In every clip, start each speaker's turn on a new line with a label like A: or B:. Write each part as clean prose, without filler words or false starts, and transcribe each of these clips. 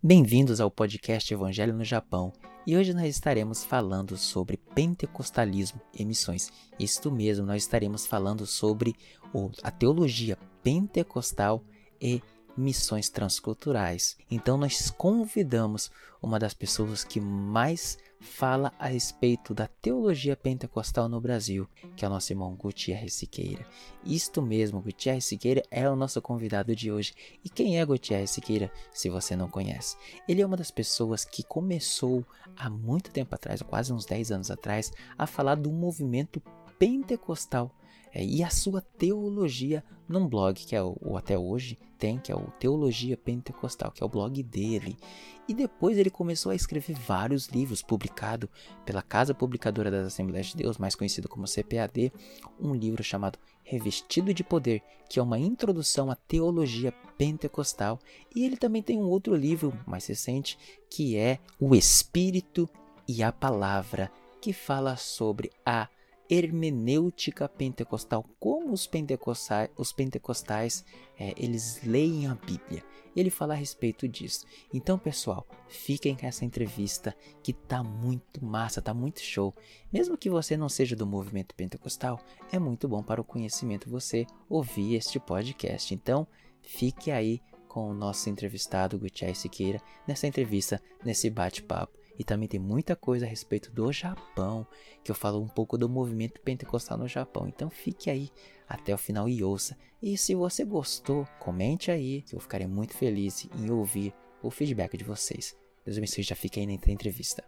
A: Bem-vindos ao podcast Evangelho no Japão, e hoje nós estaremos falando sobre pentecostalismo e missões. Isto mesmo, nós estaremos falando sobre a teologia pentecostal e missões transculturais. Então nós convidamos uma das pessoas que mais fala a respeito da teologia pentecostal no Brasil, que é o nosso irmão Gutierrez Siqueira. Isto mesmo, Gutierrez Siqueira é o nosso convidado de hoje. E quem é Gutierrez Siqueira, se você não conhece? Ele é uma das pessoas que começou há muito tempo atrás, quase uns 10 anos atrás, a falar do movimento pentecostal e a sua teologia num blog que é o até hoje tem, que é o Teologia Pentecostal, que é o blog dele. E depois ele começou a escrever vários livros publicados pela Casa Publicadora das Assembleias de Deus, mais conhecido como CPAD, um livro chamado Revestido de Poder, que é uma introdução à teologia pentecostal. E ele também tem um outro livro mais recente, que é O Espírito e a Palavra, que fala sobre a hermenêutica pentecostal, como os pentecostais eles leem a Bíblia. Ele fala a respeito disso. Então, pessoal, fiquem com essa entrevista que tá muito massa, tá muito show. Mesmo que você não seja do movimento pentecostal, é muito bom para o conhecimento você ouvir este podcast. Então, fique aí com o nosso entrevistado Gutierrez Siqueira nessa entrevista, nesse bate-papo. E também tem muita coisa a respeito do Japão, que eu falo um pouco do movimento pentecostal no Japão. Então fique aí até o final e ouça. E se você gostou, comente aí, que eu ficarei muito feliz em ouvir o feedback de vocês. Deus abençoe, já fique aí na entrevista.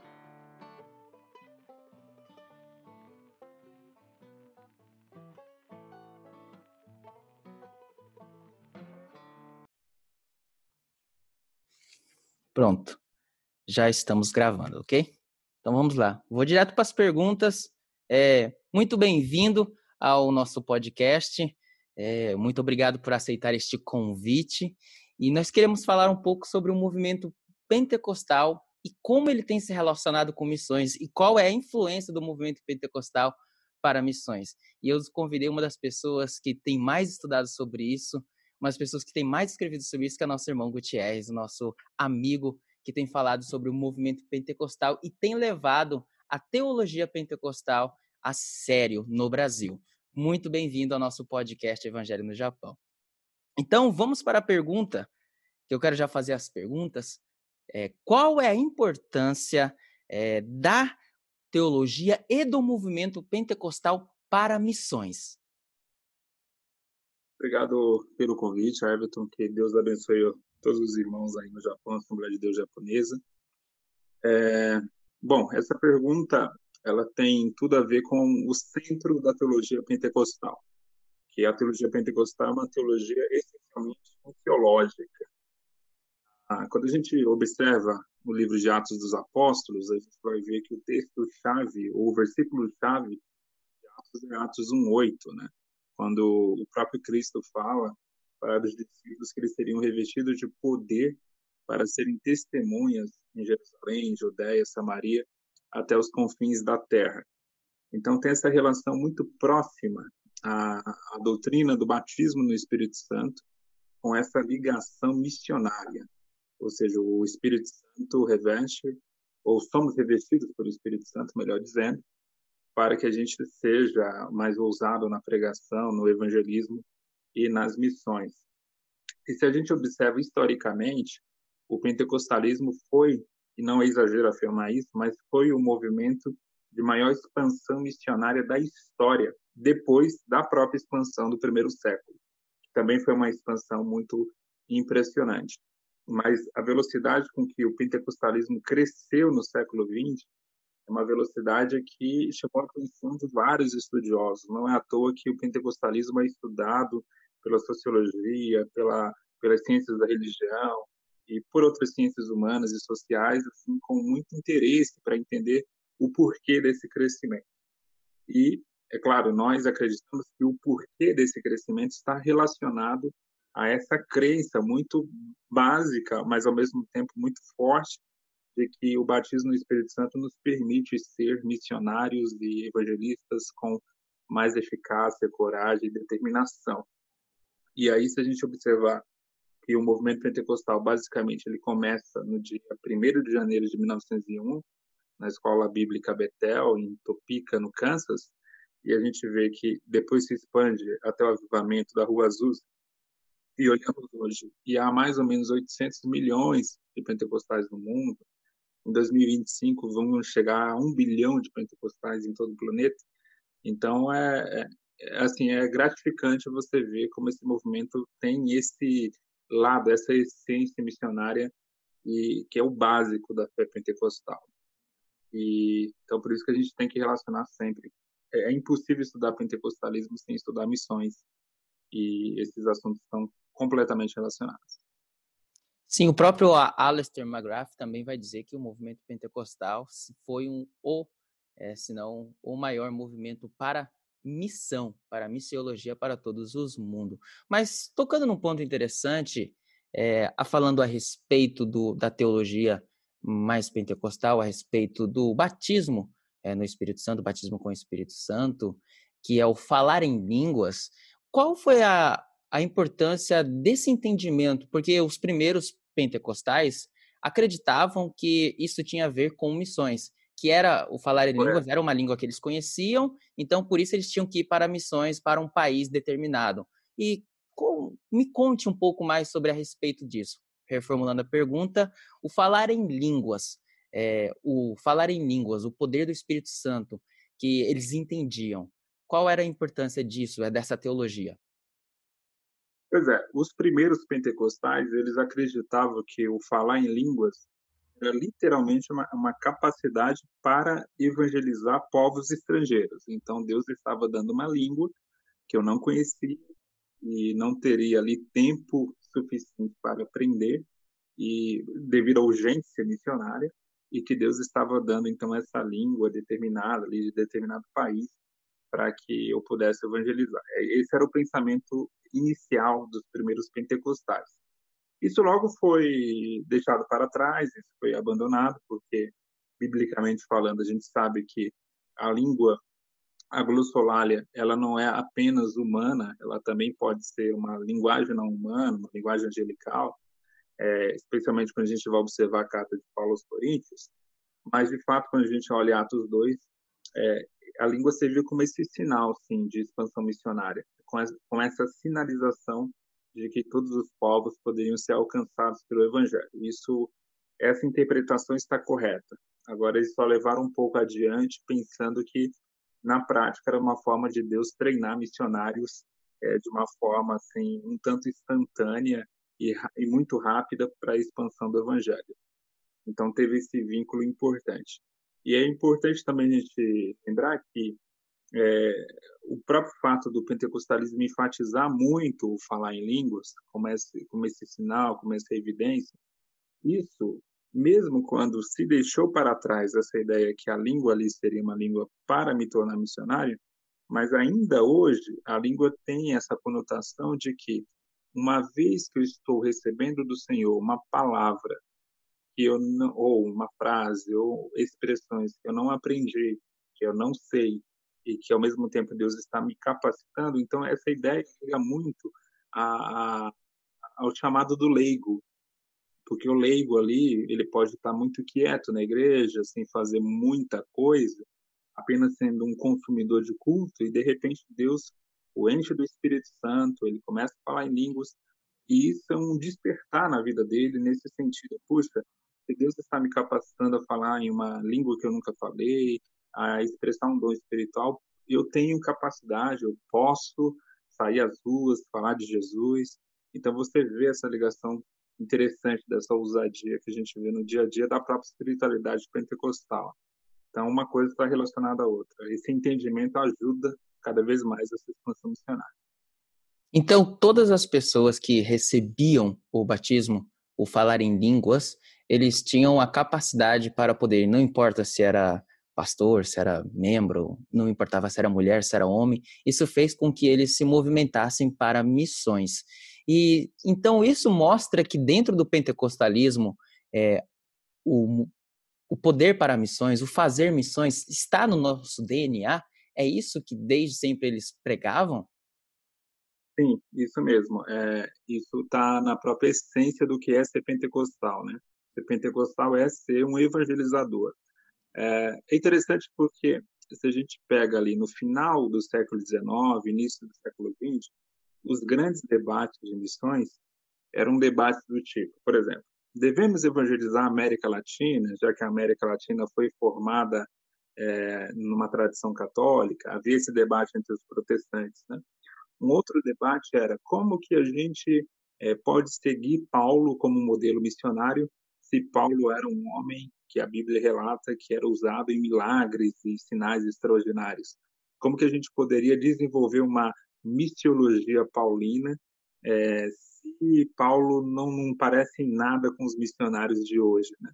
A: Pronto. Já estamos gravando, ok? Então vamos lá. Vou direto para as perguntas. Muito bem-vindo ao nosso podcast. Muito obrigado por aceitar este convite. E nós queremos falar um pouco sobre o movimento pentecostal e como ele tem se relacionado com missões e qual é a influência do movimento pentecostal para missões. E eu convidei uma das pessoas que tem mais estudado sobre isso, uma das pessoas que tem mais escrevido sobre isso, que é nosso irmão Gutierrez, nosso amigo, que tem falado sobre o movimento pentecostal e tem levado a teologia pentecostal a sério no Brasil. Muito bem-vindo ao nosso podcast Evangelho no Japão. Então, vamos para a pergunta, que eu quero já fazer as perguntas. Qual é a importância da teologia e do movimento pentecostal para missões?
B: Obrigado pelo convite, Everton. Que Deus abençoe todos os irmãos aí no Japão, a Assembleia de Deus japonesa. Bom, essa pergunta ela tem tudo a ver com o centro da teologia pentecostal, que a teologia pentecostal é uma teologia essencialmente teológica. Quando a gente observa o livro de Atos dos Apóstolos, a gente vai ver que o texto-chave, ou o versículo-chave de Atos é Atos 1:8, né? Quando o próprio Cristo fala para os discípulos que eles seriam revestidos de poder para serem testemunhas em Jerusalém, Judéia, Samaria, até os confins da terra. Então tem essa relação muito próxima à doutrina do batismo no Espírito Santo com essa ligação missionária, ou seja, o Espírito Santo reveste, ou somos revestidos pelo Espírito Santo, melhor dizendo, para que a gente seja mais ousado na pregação, no evangelismo e nas missões. E se a gente observa historicamente, o pentecostalismo foi, e não é exagero afirmar isso, mas foi o movimento de maior expansão missionária da história, depois da própria expansão do primeiro século. Também foi uma expansão muito impressionante. Mas a velocidade com que o pentecostalismo cresceu no século XX é uma velocidade que chamou a atenção de vários estudiosos. Não é à toa que o pentecostalismo é estudado pela sociologia, pelas ciências da religião e por outras ciências humanas e sociais, assim, com muito interesse para entender o porquê desse crescimento. E, é claro, nós acreditamos que o porquê desse crescimento está relacionado a essa crença muito básica, mas ao mesmo tempo muito forte, de que o batismo no Espírito Santo nos permite ser missionários e evangelistas com mais eficácia, coragem e determinação. E aí, se a gente observar que o movimento pentecostal, basicamente, ele começa no dia 1º de janeiro de 1901, na Escola Bíblica Bethel, em Topeka, no Kansas, e a gente vê que depois se expande até o avivamento da Rua Azusa, e olhamos hoje, e há mais ou menos 800 milhões de pentecostais no mundo. Em 2025, vamos chegar a 1 bilhão de pentecostais em todo o planeta. Então, assim, é gratificante você ver como esse movimento tem esse lado, essa essência missionária, e que é o básico da fé pentecostal. E então por isso que a gente tem que relacionar sempre. É impossível estudar pentecostalismo sem estudar missões, e esses assuntos estão completamente relacionados.
A: Sim, o próprio Alistair McGrath também vai dizer que o movimento pentecostal foi se não o maior movimento para missão, para missiologia para todos os mundos. Mas tocando num ponto interessante, falando a respeito da teologia mais pentecostal, a respeito do batismo no Espírito Santo, batismo com o Espírito Santo, que é o falar em línguas, qual foi a importância desse entendimento? Porque os primeiros pentecostais acreditavam que isso tinha a ver com missões, que era o falar em línguas, era uma língua que eles conheciam, então por isso eles tinham que ir para missões para um país determinado. E me conte um pouco mais sobre a respeito disso. Reformulando a pergunta, o falar em línguas, o poder do Espírito Santo, que eles entendiam. Qual era a importância disso, dessa teologia?
B: Pois é, os primeiros pentecostais, eles acreditavam que o falar em línguas era literalmente uma capacidade para evangelizar povos estrangeiros. Então, Deus estava dando uma língua que eu não conhecia e não teria ali tempo suficiente para aprender, e devido à urgência missionária, e que Deus estava dando então essa língua determinada ali de determinado país para que eu pudesse evangelizar. Esse era o pensamento inicial dos primeiros pentecostais. Isso logo foi deixado para trás, isso foi abandonado, porque, biblicamente falando, a gente sabe que a língua, a glossolalia, ela não é apenas humana, ela também pode ser uma linguagem não humana, uma linguagem angelical, especialmente quando a gente vai observar a carta de Paulo aos Coríntios. Mas, de fato, quando a gente olha Atos 2, a língua serviu como esse sinal, sim, de expansão missionária, com essa sinalização de que todos os povos poderiam ser alcançados pelo Evangelho. Essa interpretação está correta. Agora, eles só levaram um pouco adiante, pensando que, na prática, era uma forma de Deus treinar missionários de uma forma assim, um tanto instantânea e muito rápida para a expansão do Evangelho. Então, teve esse vínculo importante. E é importante também a gente lembrar que o próprio fato do pentecostalismo enfatizar muito o falar em línguas, como esse sinal, como essa evidência, isso, mesmo quando se deixou para trás essa ideia que a língua ali seria uma língua para me tornar missionário, mas ainda hoje a língua tem essa conotação de que, uma vez que eu estou recebendo do Senhor uma palavra que eu não, ou uma frase, ou expressões que eu não aprendi, que eu não sei, e que ao mesmo tempo Deus está me capacitando, então essa ideia chega muito a, a, ao chamado do leigo, porque o leigo ali, ele pode estar muito quieto na igreja, sem fazer muita coisa, apenas sendo um consumidor de culto, e de repente Deus o enche do Espírito Santo, ele começa a falar em línguas, e isso é um despertar na vida dele nesse sentido. Puxa, se Deus está me capacitando a falar em uma língua que eu nunca falei, a expressar um dom espiritual, eu tenho capacidade, eu posso sair às ruas, falar de Jesus. Então você vê essa ligação interessante dessa ousadia que a gente vê no dia a dia da própria espiritualidade pentecostal. Então, uma coisa está relacionada à outra. Esse entendimento ajuda cada vez mais essa expansão missionária.
A: Então, todas as pessoas que recebiam o batismo, o falar em línguas, eles tinham a capacidade para poder, não importa se era pastor, se era membro, não importava se era mulher, se era homem, isso fez com que eles se movimentassem para missões. E então isso mostra que dentro do pentecostalismo, o, o poder para missões, o fazer missões, está no nosso DNA. É isso que desde sempre eles pregavam?
B: Sim, isso mesmo. Isso está na própria essência do que é ser pentecostal, né? Ser pentecostal é ser um evangelizador. É interessante porque se a gente pega ali no final do século XIX, início do século XX, os grandes debates de missões eram debates do tipo, por exemplo, devemos evangelizar a América Latina, já que a América Latina foi formada numa tradição católica, havia esse debate entre os protestantes, né? Um outro debate era como que a gente pode seguir Paulo como modelo missionário, se Paulo era um homem que a Bíblia relata que era usado em milagres e sinais extraordinários. Como que a gente poderia desenvolver uma missiologia paulina se Paulo não parece em nada com os missionários de hoje, né?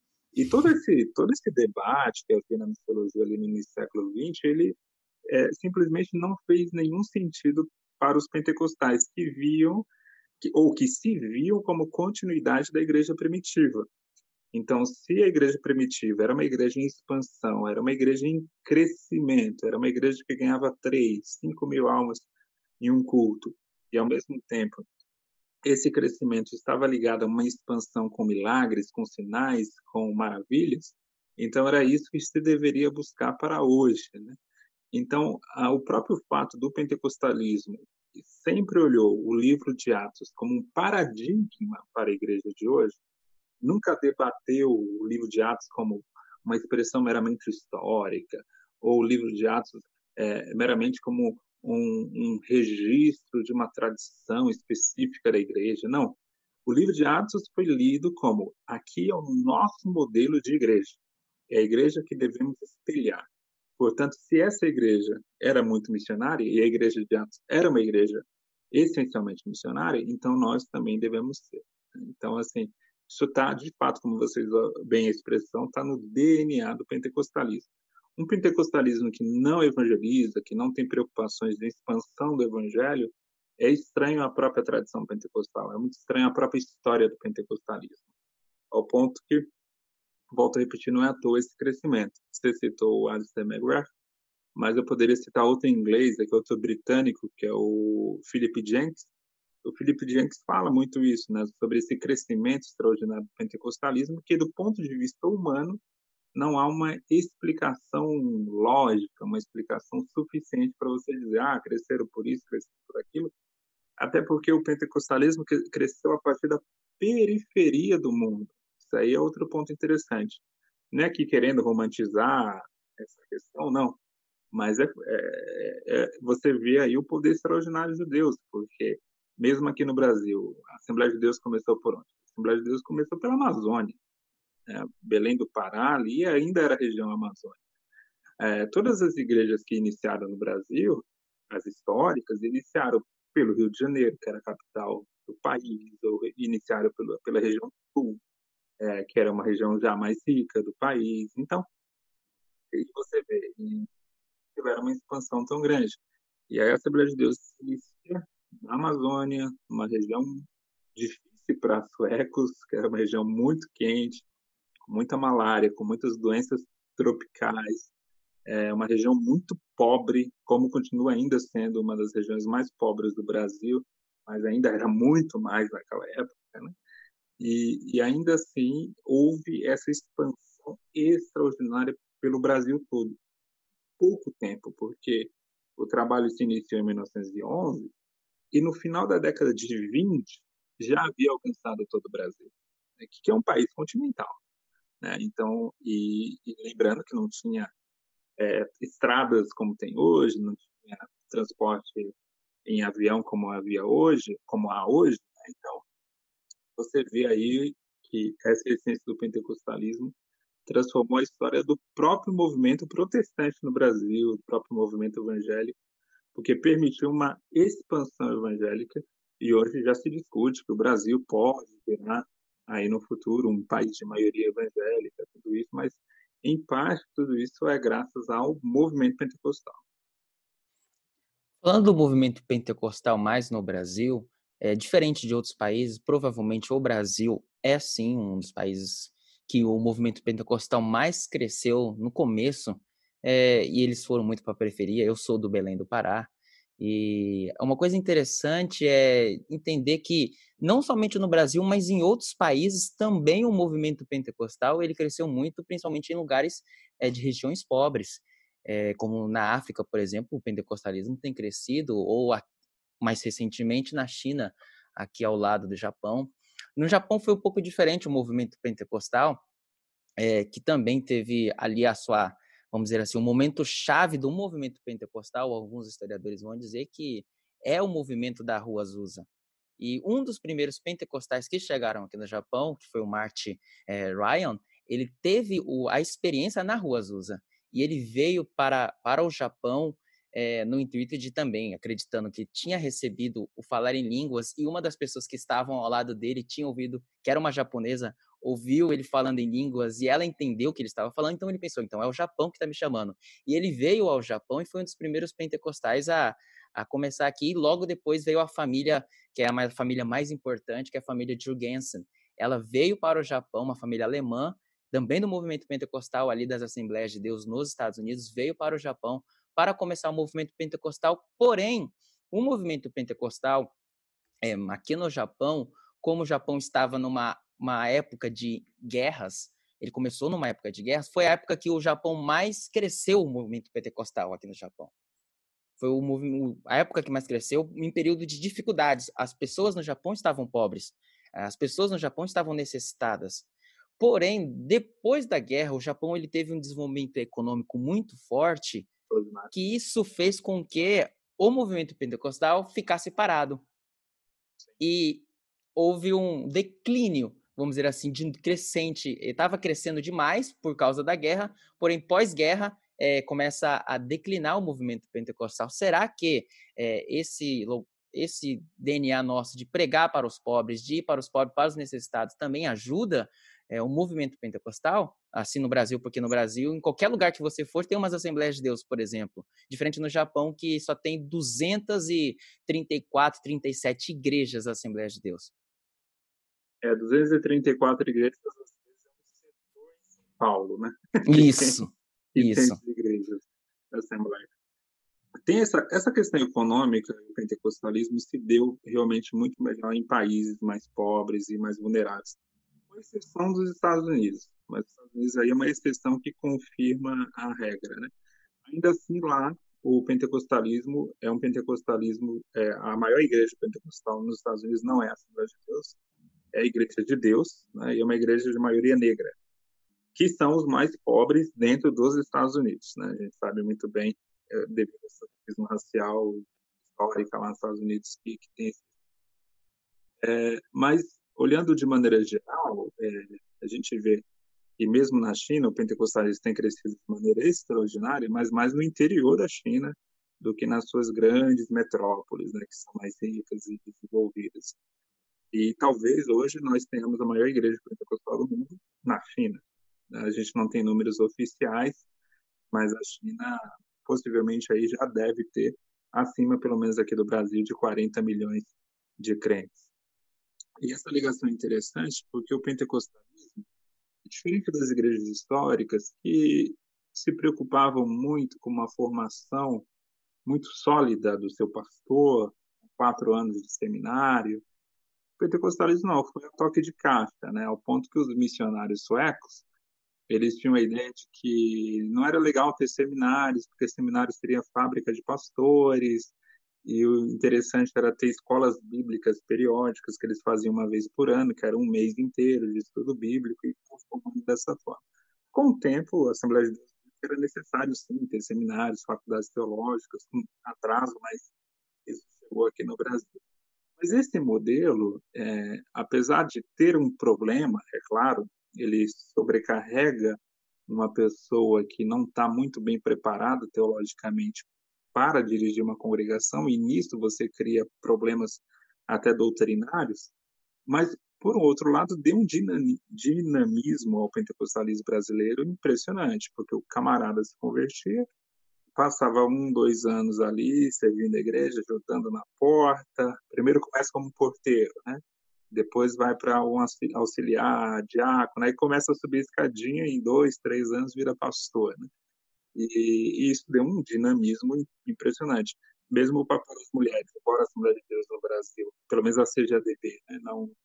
B: E todo esse debate que havia na missiologia ali no início do século XX, ele simplesmente não fez nenhum sentido para os pentecostais que viam ou que se viam como continuidade da igreja primitiva. Então, se a igreja primitiva era uma igreja em expansão, era uma igreja em crescimento, era uma igreja que ganhava 3, 5 mil almas em um culto, e ao mesmo tempo esse crescimento estava ligado a uma expansão com milagres, com sinais, com maravilhas, então era isso que se deveria buscar para hoje, né? Então, o próprio fato do pentecostalismo que sempre olhou o livro de Atos como um paradigma para a igreja de hoje, nunca debateu o livro de Atos como uma expressão meramente histórica, ou o livro de Atos meramente como um registro de uma tradição específica da igreja. Não. O livro de Atos foi lido como: aqui é o nosso modelo de igreja. É a igreja que devemos espelhar. Portanto, se essa igreja era muito missionária, e a igreja de Atos era uma igreja essencialmente missionária, então nós também devemos ser. Então, assim, isso está, de fato, como vocês bem a expressão, está no DNA do pentecostalismo. Um pentecostalismo que não evangeliza, que não tem preocupações de expansão do evangelho, é estranho à própria tradição pentecostal, é muito estranho à própria história do pentecostalismo, ao ponto que, volto a repetir, não é à toa esse crescimento. Você citou o Alistair McGrath, mas eu poderia citar outro em inglês, aqui outro britânico, que é o Philip Jenks. O Philip Jenks fala muito isso, né, sobre esse crescimento extraordinário do pentecostalismo, que do ponto de vista humano não há uma explicação lógica, uma explicação suficiente para você dizer, cresceram por isso, cresceram por aquilo, até porque o pentecostalismo cresceu a partir da periferia do mundo. Isso aí é outro ponto interessante. Não é que querendo romantizar essa questão, não, mas você vê aí o poder extraordinário de Deus, porque mesmo aqui no Brasil, a Assembleia de Deus começou por onde? A Assembleia de Deus começou pela Amazônia, né? Belém do Pará, ali ainda era região amazônica. Todas as igrejas que iniciaram no Brasil, as históricas, iniciaram pelo Rio de Janeiro, que era a capital do país, ou iniciaram pela região sul, que era uma região já mais rica do país. Então, aí você vê, tiveram uma expansão tão grande. E aí a Assembleia de Deus se inicia na Amazônia, uma região difícil para suecos, que era uma região muito quente, com muita malária, com muitas doenças tropicais, uma região muito pobre, como continua ainda sendo uma das regiões mais pobres do Brasil, mas ainda era muito mais naquela época, né? E ainda assim houve essa expansão extraordinária pelo Brasil todo. Pouco tempo, porque o trabalho se iniciou em 1911 e no final da década de 20 já havia alcançado todo o Brasil, né, que é um país continental, né? Então, e lembrando que não tinha estradas como tem hoje, não tinha transporte em avião como havia hoje, como há hoje, né? Então, você vê aí que essa essência do pentecostalismo transformou a história do próprio movimento protestante no Brasil, do próprio movimento evangélico, porque permitiu uma expansão evangélica e hoje já se discute que o Brasil pode virar aí no futuro um país de maioria evangélica, tudo isso, mas em parte tudo isso é graças ao movimento pentecostal.
A: Falando do movimento pentecostal mais no Brasil, diferente de outros países, provavelmente o Brasil é sim um dos países que o movimento pentecostal mais cresceu no começo, e eles foram muito para a periferia. Eu sou do Belém do Pará, E uma coisa interessante é entender que não somente no Brasil, mas em outros países também o movimento pentecostal ele cresceu muito, principalmente em lugares de regiões pobres, como na África, por exemplo, o pentecostalismo tem crescido, ou mais recentemente na China, aqui ao lado do Japão. No Japão foi um pouco diferente o movimento pentecostal, que também teve ali a sua, vamos dizer assim, o momento chave do movimento pentecostal, alguns historiadores vão dizer que é o movimento da Rua Azusa. E um dos primeiros pentecostais que chegaram aqui no Japão, que foi o Marty Ryan, ele teve a experiência na Rua Azusa. E ele veio para o Japão no intuito de também, acreditando que tinha recebido o falar em línguas, e uma das pessoas que estavam ao lado dele tinha ouvido, que era uma japonesa, ouviu ele falando em línguas e ela entendeu o que ele estava falando, então ele pensou, então é o Japão que está me chamando. E ele veio ao Japão e foi um dos primeiros pentecostais a começar aqui, e logo depois veio a família, que é a família mais importante, que é a família Jurgensen. Ela veio para o Japão, uma família alemã, também do movimento pentecostal ali das Assembleias de Deus nos Estados Unidos, veio para o Japão para começar o movimento pentecostal, porém, o movimento pentecostal aqui no Japão, como o Japão estava numa época de guerras, ele começou numa época de guerras, foi a época que o Japão mais cresceu o movimento pentecostal aqui no Japão. Foi a época que mais cresceu em período de dificuldades. As pessoas no Japão estavam pobres, as pessoas no Japão estavam necessitadas. Porém, depois da guerra, o Japão ele teve um desenvolvimento econômico muito forte, que isso fez com que o movimento pentecostal ficasse parado. E houve um declínio, vamos dizer assim, de crescente. Estava crescendo demais por causa da guerra, porém, pós-guerra, começa a declinar o movimento pentecostal. Será que esse DNA nosso de pregar para os pobres, de ir para os pobres, para os necessitados, também ajuda o movimento pentecostal? Assim no Brasil, porque no Brasil, em qualquer lugar que você for, tem umas Assembleias de Deus, por exemplo. Diferente no Japão, que só tem 234, 37 igrejas Assembleias de Deus.
B: 234 igrejas, às vezes é um setor em São Paulo, né?
A: Isso,
B: tem igrejas da Assembleia. Tem essa questão econômica, o pentecostalismo se deu realmente muito melhor em países mais pobres e mais vulneráveis, com exceção dos Estados Unidos. Mas os Estados Unidos aí é uma exceção que confirma a regra, né? Ainda assim, lá, o pentecostalismo é um pentecostalismo, a maior igreja pentecostal nos Estados Unidos não é a Assembleia de Deus, é a Igreja de Deus, né? E é uma igreja de maioria negra, que são os mais pobres dentro dos Estados Unidos, né? A gente sabe muito bem, devido a essa questão racial histórica lá nos Estados Unidos, que tem mas, olhando de maneira geral, a gente vê que mesmo na China, o pentecostalismo tem crescido de maneira extraordinária, mas mais no interior da China do que nas suas grandes metrópoles, né, que são mais ricas e desenvolvidas. E talvez hoje nós tenhamos a maior igreja pentecostal do mundo na China. A gente não tem números oficiais, mas a China possivelmente aí já deve ter acima, pelo menos aqui do Brasil, de 40 milhões de crentes. E essa ligação é interessante porque o pentecostalismo, diferente das igrejas históricas, que se preocupavam muito com uma formação muito sólida do seu pastor, 4 anos de seminário, o pentecostalismo não, foi a toque de caixa, né? Ao ponto que os missionários suecos, eles tinham a ideia de que não era legal ter seminários, porque seminários seria fábrica de pastores, e o interessante era ter escolas bíblicas periódicas que eles faziam uma vez por ano, que era um mês inteiro de estudo bíblico, e formando dessa forma. Com o tempo, a Assembleia de Deus era necessário, sim, ter seminários, faculdades teológicas, com atraso, mas isso chegou aqui no Brasil. Mas esse modelo, apesar de ter um problema, é claro, ele sobrecarrega uma pessoa que não está muito bem preparada teologicamente para dirigir uma congregação, e nisso você cria problemas até doutrinários, mas, por outro lado, deu um dinamismo ao pentecostalismo brasileiro impressionante, porque o camarada se convertia, passava 1, 2 anos ali, servindo a igreja, ajudando na porta. Primeiro começa como porteiro, né? Depois vai para um auxiliar, diácono, aí começa a subir a escadinha e em 2, 3 anos vira pastor, né? E isso deu um dinamismo impressionante. mesmo o papel das mulheres, embora a Assembleia de Deus no Brasil, pelo menos a CGADB, né,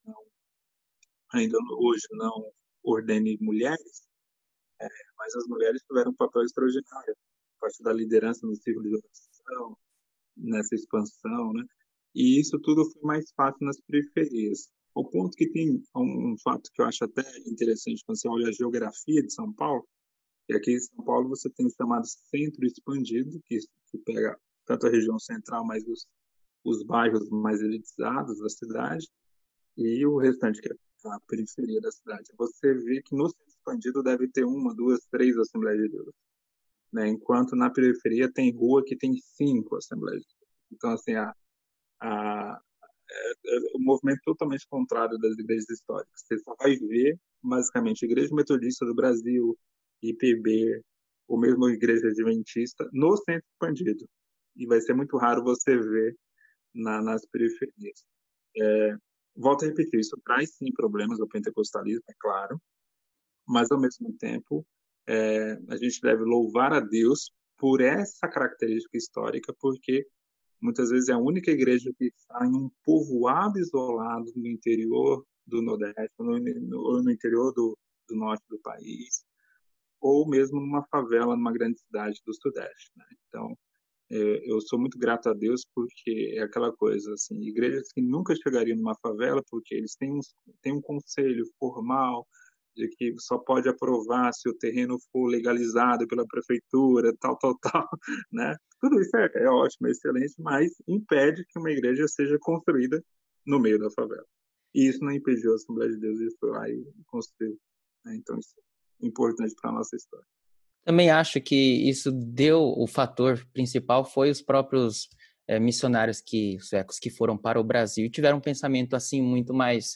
B: ainda hoje não ordene mulheres, mas as mulheres tiveram um papel extraordinário, a partir da liderança no ciclo de oração, nessa expansão, né? E isso tudo foi mais fácil nas periferias. O ponto que tem um fato que eu acho até interessante quando você olha a geografia de São Paulo, é que aqui em São Paulo você tem o chamado centro expandido, que pega tanto a região central, mas os bairros mais elitizados da cidade, e o restante, que é a periferia da cidade. Você vê que no centro expandido deve ter uma, duas, três Assembleias de Deus, né? Enquanto na periferia tem rua que tem cinco Assembleias de Deus. Então, assim, a, o movimento totalmente contrário das igrejas históricas. Você só vai ver, basicamente, Igreja Metodista do Brasil, IPB, ou mesmo Igreja Adventista, no centro expandido. E vai ser muito raro você ver nas periferias. Volto a repetir, isso traz sim problemas ao pentecostalismo, é claro, mas ao mesmo tempo a gente deve louvar a Deus por essa característica histórica, porque muitas vezes é a única igreja que está em um povoado isolado no interior do Nordeste, ou no interior do norte do país, ou mesmo numa favela, numa grande cidade do Sudeste, né? Então, eu sou muito grato a Deus porque é aquela coisa, assim, igrejas que nunca chegariam numa favela porque eles têm um conselho formal de que só pode aprovar se o terreno for legalizado pela prefeitura, tal, tal, tal, né? Tudo isso é ótimo, é excelente, mas impede que uma igreja seja construída no meio da favela. E isso não impediu a Assembleia de Deus de ir lá e construir, né? Então, isso é importante para a nossa história.
A: Também acho que isso deu, o fator principal foi os próprios missionários suecos que foram para o Brasil e tiveram um pensamento assim muito mais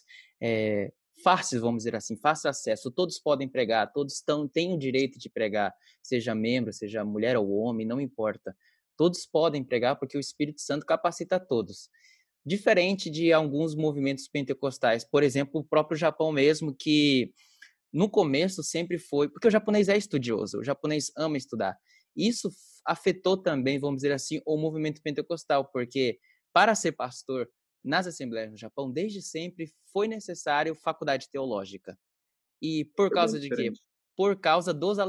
A: fácil, vamos dizer assim, fácil acesso. Todos podem pregar, todos têm o direito de pregar, seja membro, seja mulher ou homem, não importa. Todos podem pregar porque o Espírito Santo capacita todos. Diferente de alguns movimentos pentecostais, por exemplo, o próprio Japão mesmo, que no começo sempre foi, porque o japonês é estudioso, o japonês ama estudar. Isso afetou também, vamos dizer assim, o movimento pentecostal, porque para ser pastor nas assembleias no Japão, desde sempre foi necessário faculdade teológica. E por
B: É bem
A: causa de quê?
B: diferente.
A: Por causa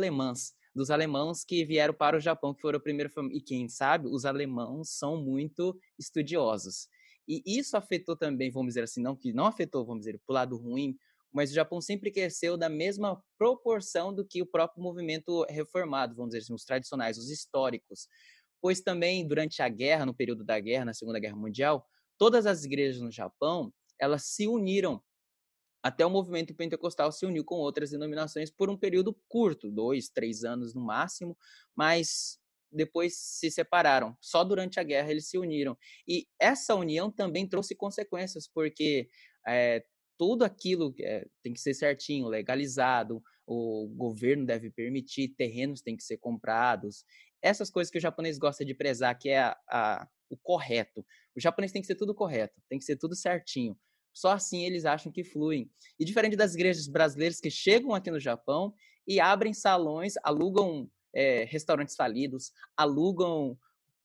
A: dos alemãos que vieram para o Japão, que foram a primeira família. E quem sabe, os alemãos são muito estudiosos. E isso afetou também, vamos dizer assim, não que não afetou, vamos dizer, para o lado ruim, mas o Japão sempre cresceu da mesma proporção do que o próprio movimento reformado, vamos dizer assim, os tradicionais, os históricos. Pois também, durante a guerra, no período da guerra, na Segunda Guerra Mundial, todas as igrejas no Japão, elas se uniram até o movimento pentecostal se uniu com outras denominações por um período curto, 2, 3 anos no máximo, mas depois se separaram. Só durante a guerra eles se uniram. E essa união também trouxe consequências, porque tudo aquilo tem que ser certinho, legalizado, o governo deve permitir, terrenos têm que ser comprados. Essas coisas que o japonês gosta de prezar, que é o correto. O japonês tem que ser tudo correto, tem que ser tudo certinho. Só assim eles acham que fluem. E diferente das igrejas brasileiras que chegam aqui no Japão e abrem salões, alugam restaurantes falidos, alugam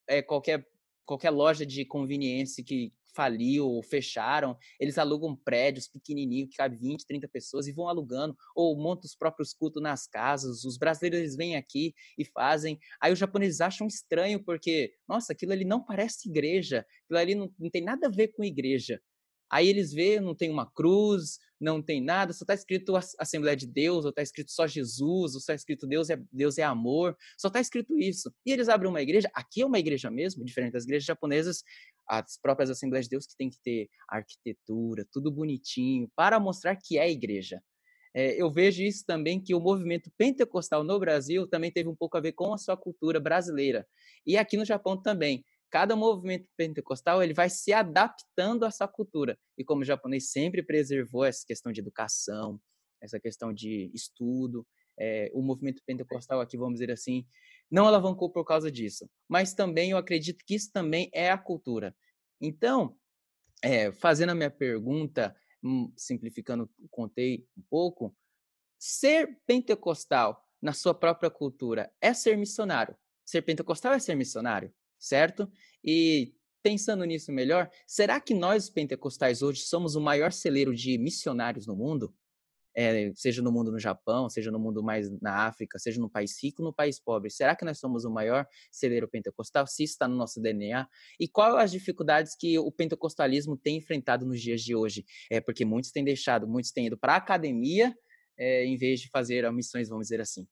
A: qualquer loja de conveniência que faliu ou fecharam, eles alugam prédios pequenininhos que cabe 20, 30 pessoas e vão alugando, ou montam os próprios cultos nas casas. Os brasileiros eles vêm aqui e fazem. Aí os japoneses acham estranho porque, nossa, aquilo ali não parece igreja, aquilo ali não tem nada a ver com igreja. Aí eles vê, não tem uma cruz, não tem nada, só está escrito Assembleia de Deus, ou está escrito só Jesus, ou está escrito Deus é amor, só está escrito isso. E eles abrem uma igreja, aqui é uma igreja mesmo, diferente das igrejas japonesas, as próprias Assembleias de Deus que tem que ter arquitetura, tudo bonitinho, para mostrar que é igreja. Eu vejo isso também, que o movimento pentecostal no Brasil também teve um pouco a ver com a sua cultura brasileira. E aqui no Japão também. Cada movimento pentecostal ele vai se adaptando à sua cultura. E como o japonês sempre preservou essa questão de educação, essa questão de estudo, o movimento pentecostal aqui, vamos dizer assim, não alavancou por causa disso. Mas também eu acredito que isso também é a cultura. Então, fazendo a minha pergunta, simplificando, contei um pouco, ser pentecostal na sua própria cultura é ser missionário. Ser pentecostal é ser missionário? certo? E pensando nisso melhor, será que nós pentecostais hoje somos o maior celeiro de missionários no mundo? Seja no mundo no Japão, seja no mundo mais na África, seja no país rico, no país pobre. Será que nós somos o maior celeiro pentecostal? Se isso está no nosso DNA? E quais as dificuldades que o pentecostalismo tem enfrentado nos dias de hoje? Porque muitos têm ido para a academia em vez de fazer missões, vamos dizer assim.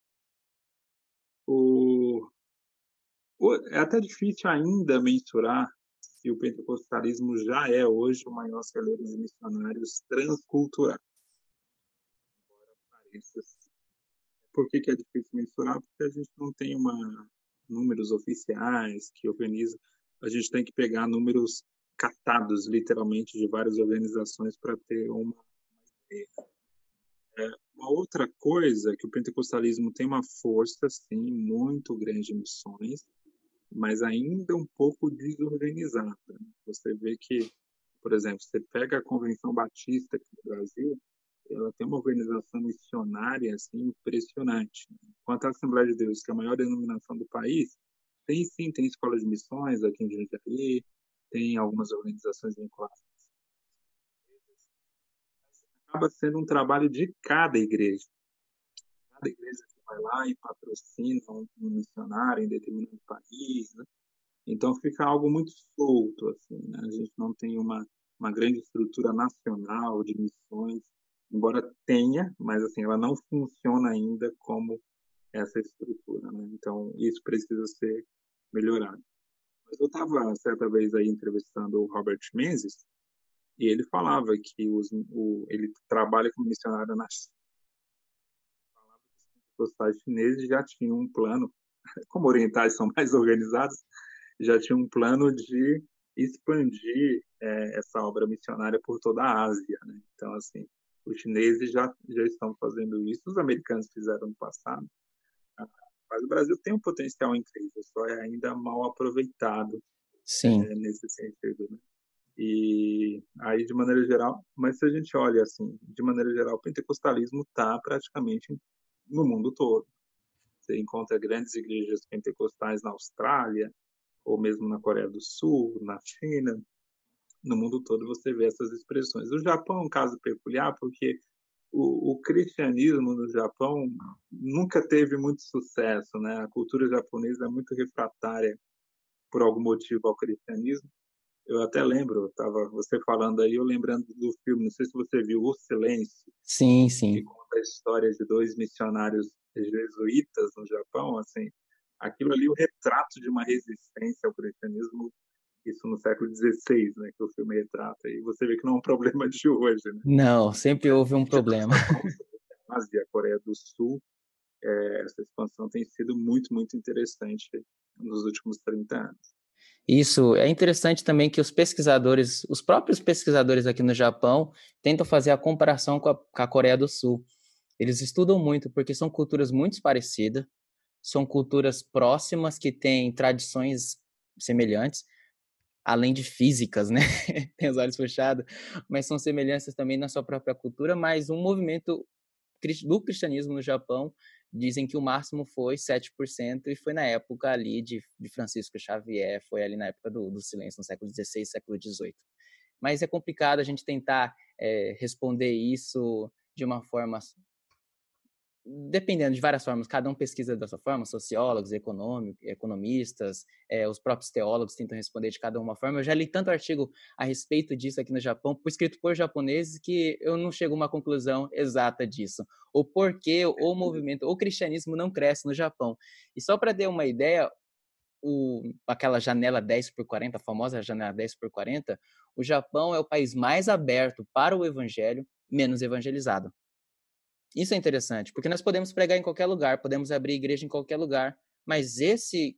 B: É até difícil ainda mensurar se o pentecostalismo já é hoje o maior celeiro de missionários transculturais. Por que é difícil mensurar? Porque a gente não tem números oficiais que organizam. A gente tem que pegar números catados, literalmente, de várias organizações para ter uma ideia. Uma outra coisa é que o pentecostalismo tem uma força, sim, muito grande em missões, mas ainda um pouco desorganizada. Você vê que, por exemplo, você pega a Convenção Batista aqui no Brasil, ela tem uma organização missionária assim, impressionante. Enquanto a Assembleia de Deus, que é a maior denominação do país, tem sim, tem escola de missões aqui em Jundiaí, tem algumas organizações vinculadas. Acaba sendo um trabalho de cada igreja. Cada igreja que vai lá e patrocina um missionário em determinado país, né? Então fica algo muito solto, assim, né? A gente não tem uma grande estrutura nacional de missões, embora tenha, mas assim, ela não funciona ainda como essa estrutura, né? Então isso precisa ser melhorado. Mas eu estava certa vez aí entrevistando o Robert Menzies e ele falava que ele trabalha como missionário na China. Os pais chineses já tinham um plano, como orientais são mais organizados, já tinha um plano de expandir essa obra missionária por toda a Ásia, né? Então, assim, os chineses já estão fazendo isso, os americanos fizeram no passado, mas o Brasil tem um potencial incrível, só é ainda mal aproveitado nesse sentido, né? E aí, de maneira geral, mas se a gente olha assim, de maneira geral, o pentecostalismo está praticamente no mundo todo. Você encontra grandes igrejas pentecostais na Austrália, ou mesmo na Coreia do Sul, na China, no mundo todo você vê essas expressões. O Japão é um caso peculiar porque o cristianismo no Japão nunca teve muito sucesso, né? A cultura japonesa é muito refratária por algum motivo ao cristianismo. Eu até lembro, estava você falando aí, eu lembrando do filme, não sei se você viu O Silêncio,
A: Sim,
B: que
A: sim.
B: conta a história de dois missionários jesuítas no Japão, assim, aquilo ali é o retrato de uma resistência ao cristianismo, isso no século XVI, né, que o filme retrata, e você vê que não é um problema de hoje, né?
A: Não, sempre houve um
B: De
A: problema.
B: transformar a Ásia, a Coreia do Sul, essa expansão tem sido muito, muito interessante nos últimos 30 anos.
A: Isso é interessante também que os próprios pesquisadores aqui no Japão, tentam fazer a comparação com a Coreia do Sul. Eles estudam muito porque são culturas muito parecidas, são culturas próximas que têm tradições semelhantes, além de físicas, né? Tem os olhos fechados, mas são semelhanças também na sua própria cultura, mas um movimento do cristianismo no Japão, dizem que o máximo foi 7%, e foi na época ali de Francisco Xavier, foi ali na época do silêncio, no século XVI, século XVIII. Mas é complicado a gente tentar responder isso de uma forma dependendo de várias formas, cada um pesquisa da sua forma, sociólogos, economistas, os próprios teólogos tentam responder de cada uma forma. Eu já li tanto artigo a respeito disso aqui no Japão, escrito por japoneses, que eu não chego a uma conclusão exata disso. O porquê o movimento, o cristianismo não cresce no Japão. E só para ter uma ideia, aquela janela 10 por 40, a famosa janela 10 por 40, o Japão é o país mais aberto para o evangelho, menos evangelizado. Isso é interessante, porque nós podemos pregar em qualquer lugar, podemos abrir igreja em qualquer lugar, mas esse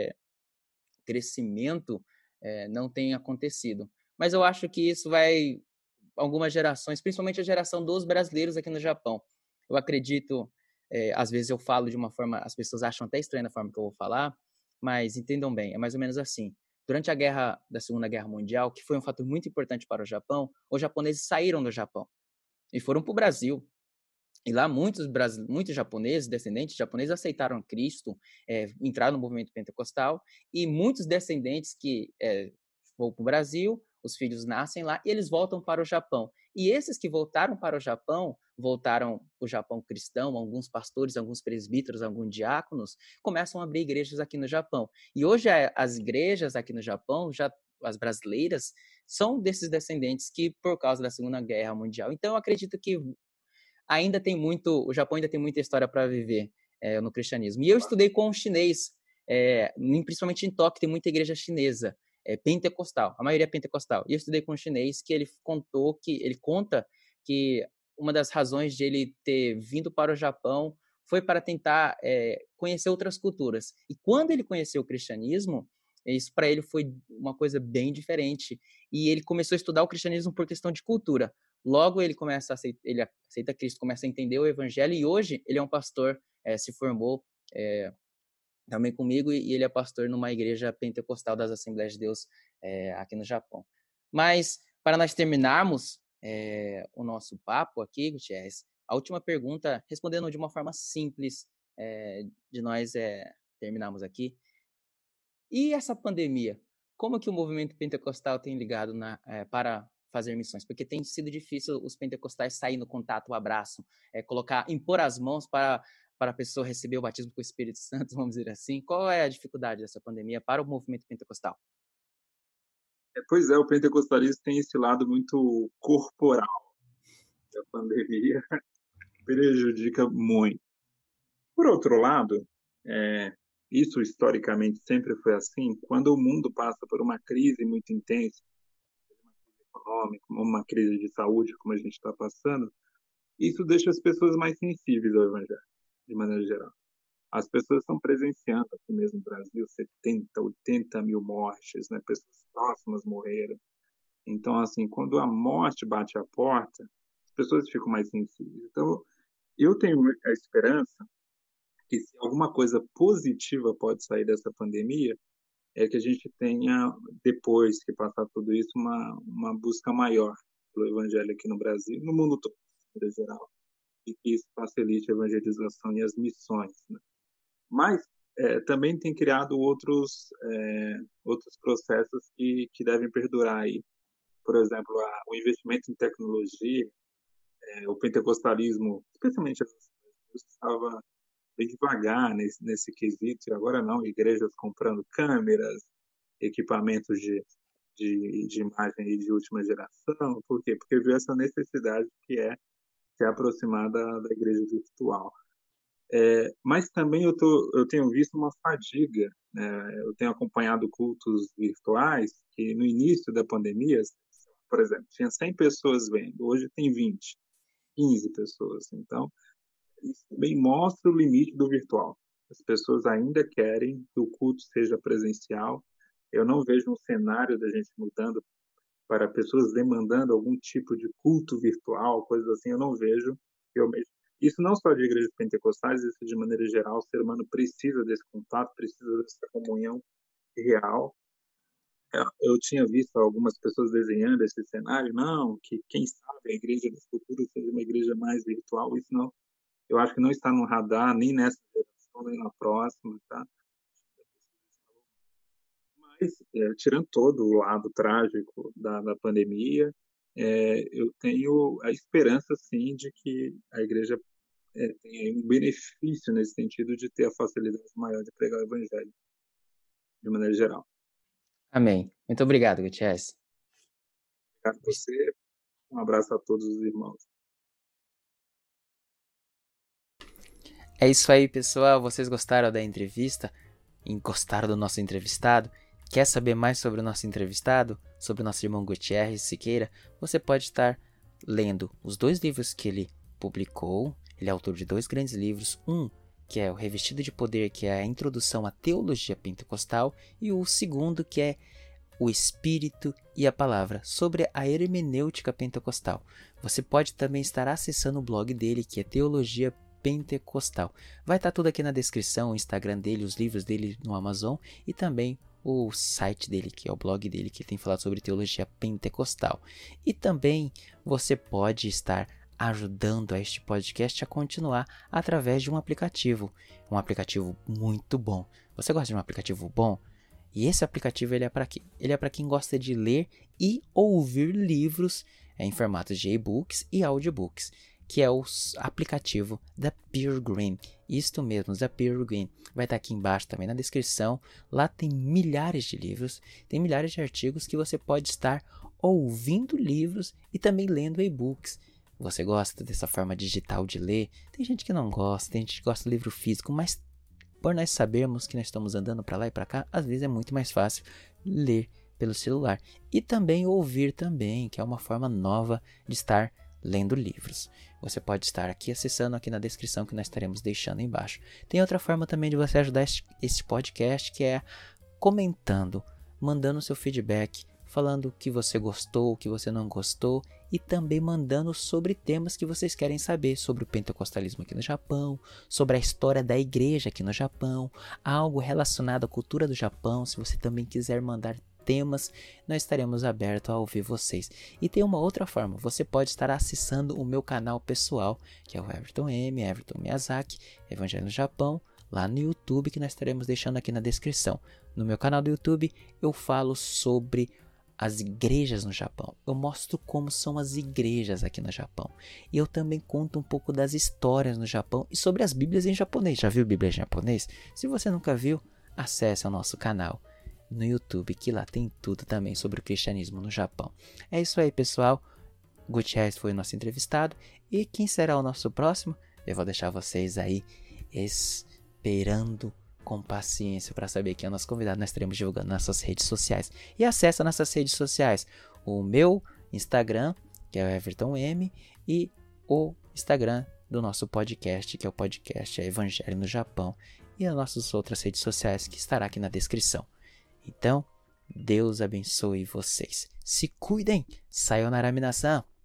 A: crescimento não tem acontecido. Mas eu acho que isso vai, algumas gerações, principalmente a geração dos brasileiros aqui no Japão. Eu acredito, às vezes eu falo de uma forma, as pessoas acham até estranha a forma que eu vou falar, mas entendam bem, é mais ou menos assim. Durante a guerra da Segunda Guerra Mundial, que foi um fator muito importante para o Japão, os japoneses saíram do Japão e foram para o Brasil. E lá muitos japoneses, descendentes de japoneses, aceitaram Cristo, entraram no movimento pentecostal, e muitos descendentes que vão para o Brasil, os filhos nascem lá e eles voltam para o Japão. E esses que voltaram para o Japão, voltaram para o Japão cristão, alguns pastores, alguns presbíteros, alguns diáconos, começam a abrir igrejas aqui no Japão. E hoje as igrejas aqui no Japão, as brasileiras, são desses descendentes que, por causa da Segunda Guerra Mundial. Então, eu acredito que o Japão ainda tem muita história para viver no cristianismo. E eu estudei com um chinês, principalmente em Tóquio, tem muita igreja chinesa, pentecostal, a maioria é pentecostal. E eu estudei com um chinês que ele conta que uma das razões de ele ter vindo para o Japão foi para tentar conhecer outras culturas. E quando ele conheceu o cristianismo, isso para ele foi uma coisa bem diferente. E ele começou a estudar o cristianismo por questão de cultura. Logo, ele aceita Cristo, começa a entender o evangelho, e hoje ele é um pastor, se formou também comigo, e ele é pastor numa igreja pentecostal das Assembleias de Deus aqui no Japão. Mas, para nós terminarmos o nosso papo aqui, Gutierrez, a última pergunta, respondendo de uma forma simples, de nós terminarmos aqui. E essa pandemia, como que o movimento pentecostal tem ligado para fazer missões? Porque tem sido difícil os pentecostais saírem no contato, o abraço, impor as mãos para a pessoa receber o batismo com o Espírito Santo, vamos dizer assim. Qual é a dificuldade dessa pandemia para o movimento pentecostal?
B: Pois é, o pentecostalismo tem esse lado muito corporal. A pandemia prejudica muito. Por outro lado, isso historicamente sempre foi assim. Quando o mundo passa por uma crise muito intensa, uma crise econômica, uma crise de saúde, como a gente está passando, isso deixa as pessoas mais sensíveis ao evangelho, de maneira geral. As pessoas estão presenciando aqui mesmo no Brasil 70, 80 mil mortes, né? Pessoas próximas morreram. Então, assim, quando a morte bate a porta, as pessoas ficam mais sensíveis. Então, eu tenho a esperança que se alguma coisa positiva pode sair dessa pandemia, é que a gente tenha, depois que passar tudo isso, uma busca maior pelo evangelho aqui no Brasil, no mundo todo, em geral, e que isso facilite a evangelização e as missões, né? Mas também tem criado outros processos que devem perdurar aí. Por exemplo, o investimento em tecnologia, o pentecostalismo, especialmente estava bem devagar nesse quesito, e agora não, igrejas comprando câmeras, equipamentos de imagem de última geração. Por quê? Porque viu essa necessidade que é se aproximar da igreja virtual. Mas também eu tenho visto uma fadiga, né? Eu tenho acompanhado cultos virtuais que no início da pandemia, por exemplo, tinha 100 pessoas vendo, hoje tem 20, 15 pessoas. Então, isso também mostra o limite do virtual. As pessoas ainda querem que o culto seja presencial. Eu não vejo um cenário da gente mudando para pessoas demandando algum tipo de culto virtual, coisas assim, eu não vejo. Isso não só de igrejas pentecostais, isso de maneira geral, o ser humano precisa desse contato, precisa dessa comunhão real. Eu tinha visto algumas pessoas desenhando esse cenário, não, que quem sabe a igreja do futuro seja uma igreja mais virtual, isso não. Eu acho que não está no radar, nem nessa geração, nem na próxima, tá? Mas, tirando todo o lado trágico da pandemia, eu tenho a esperança, sim, de que a igreja tenha um benefício nesse sentido de ter a facilidade maior de pregar o evangelho, de maneira geral.
A: Amém. Muito obrigado, Gutierrez.
B: Obrigado a você. Um abraço a todos os irmãos.
A: É isso aí, pessoal. Vocês gostaram da entrevista? Gostaram do nosso entrevistado? Quer saber mais sobre o nosso entrevistado? Sobre o nosso irmão Gutierrez Siqueira? Você pode estar lendo os 2 livros que ele publicou. Ele é autor de 2 grandes livros. Um, que é o Revestido de Poder, que é a introdução à teologia pentecostal. E o segundo, que é o Espírito e a Palavra, sobre a hermenêutica pentecostal. Você pode também estar acessando o blog dele, que é Teologia Pentecostal. Vai estar tudo aqui na descrição, o Instagram dele, os livros dele no Amazon e também o site dele, que é o blog dele, que tem falado sobre teologia pentecostal. E também você pode estar ajudando a este podcast a continuar através de um aplicativo muito bom. Você gosta de um aplicativo bom? E esse aplicativo ele é para quê? Ele é para quem gosta de ler e ouvir livros em formatos de e-books e audiobooks, que é o aplicativo da Peer Green. Isto mesmo, da Peer Green. Vai estar aqui embaixo também na descrição. Lá tem milhares de livros, tem milhares de artigos que você pode estar ouvindo livros e também lendo e-books. Você gosta dessa forma digital de ler? Tem gente que não gosta, tem gente que gosta do livro físico, mas por nós sabermos que nós estamos andando para lá e para cá, às vezes é muito mais fácil ler pelo celular. E também ouvir também, que é uma forma nova de estar lendo livros. Você pode estar aqui acessando aqui na descrição que nós estaremos deixando embaixo. Tem outra forma também de você ajudar este podcast, que é comentando, mandando seu feedback, falando o que você gostou, o que você não gostou e também mandando sobre temas que vocês querem saber sobre o pentecostalismo aqui no Japão, sobre a história da igreja aqui no Japão, algo relacionado à cultura do Japão. Se você também quiser mandar temas, nós estaremos abertos a ouvir vocês. E tem uma outra forma, você pode estar acessando o meu canal pessoal, que é o Everton Miyazaki, Evangelho no Japão, lá no YouTube, que nós estaremos deixando aqui na descrição. No meu canal do YouTube, eu falo sobre as igrejas no Japão. Eu mostro como são as igrejas aqui no Japão. E eu também conto um pouco das histórias no Japão e sobre as Bíblias em japonês. Já viu Bíblia em japonês? Se você nunca viu, acesse o nosso canal no YouTube, que lá tem tudo também sobre o cristianismo no Japão. É isso aí, pessoal. Gutierrez foi o nosso entrevistado. E quem será o nosso próximo? Eu vou deixar vocês aí esperando com paciência para saber quem é o nosso convidado. Nós estaremos divulgando nas nossas redes sociais. E acesse nossas redes sociais. O meu Instagram, que é o Everton M, e o Instagram do nosso podcast, que é o podcast Evangelho no Japão. E as nossas outras redes sociais, que estará aqui na descrição. Então, Deus abençoe vocês. Se cuidem. Sayonara minasan.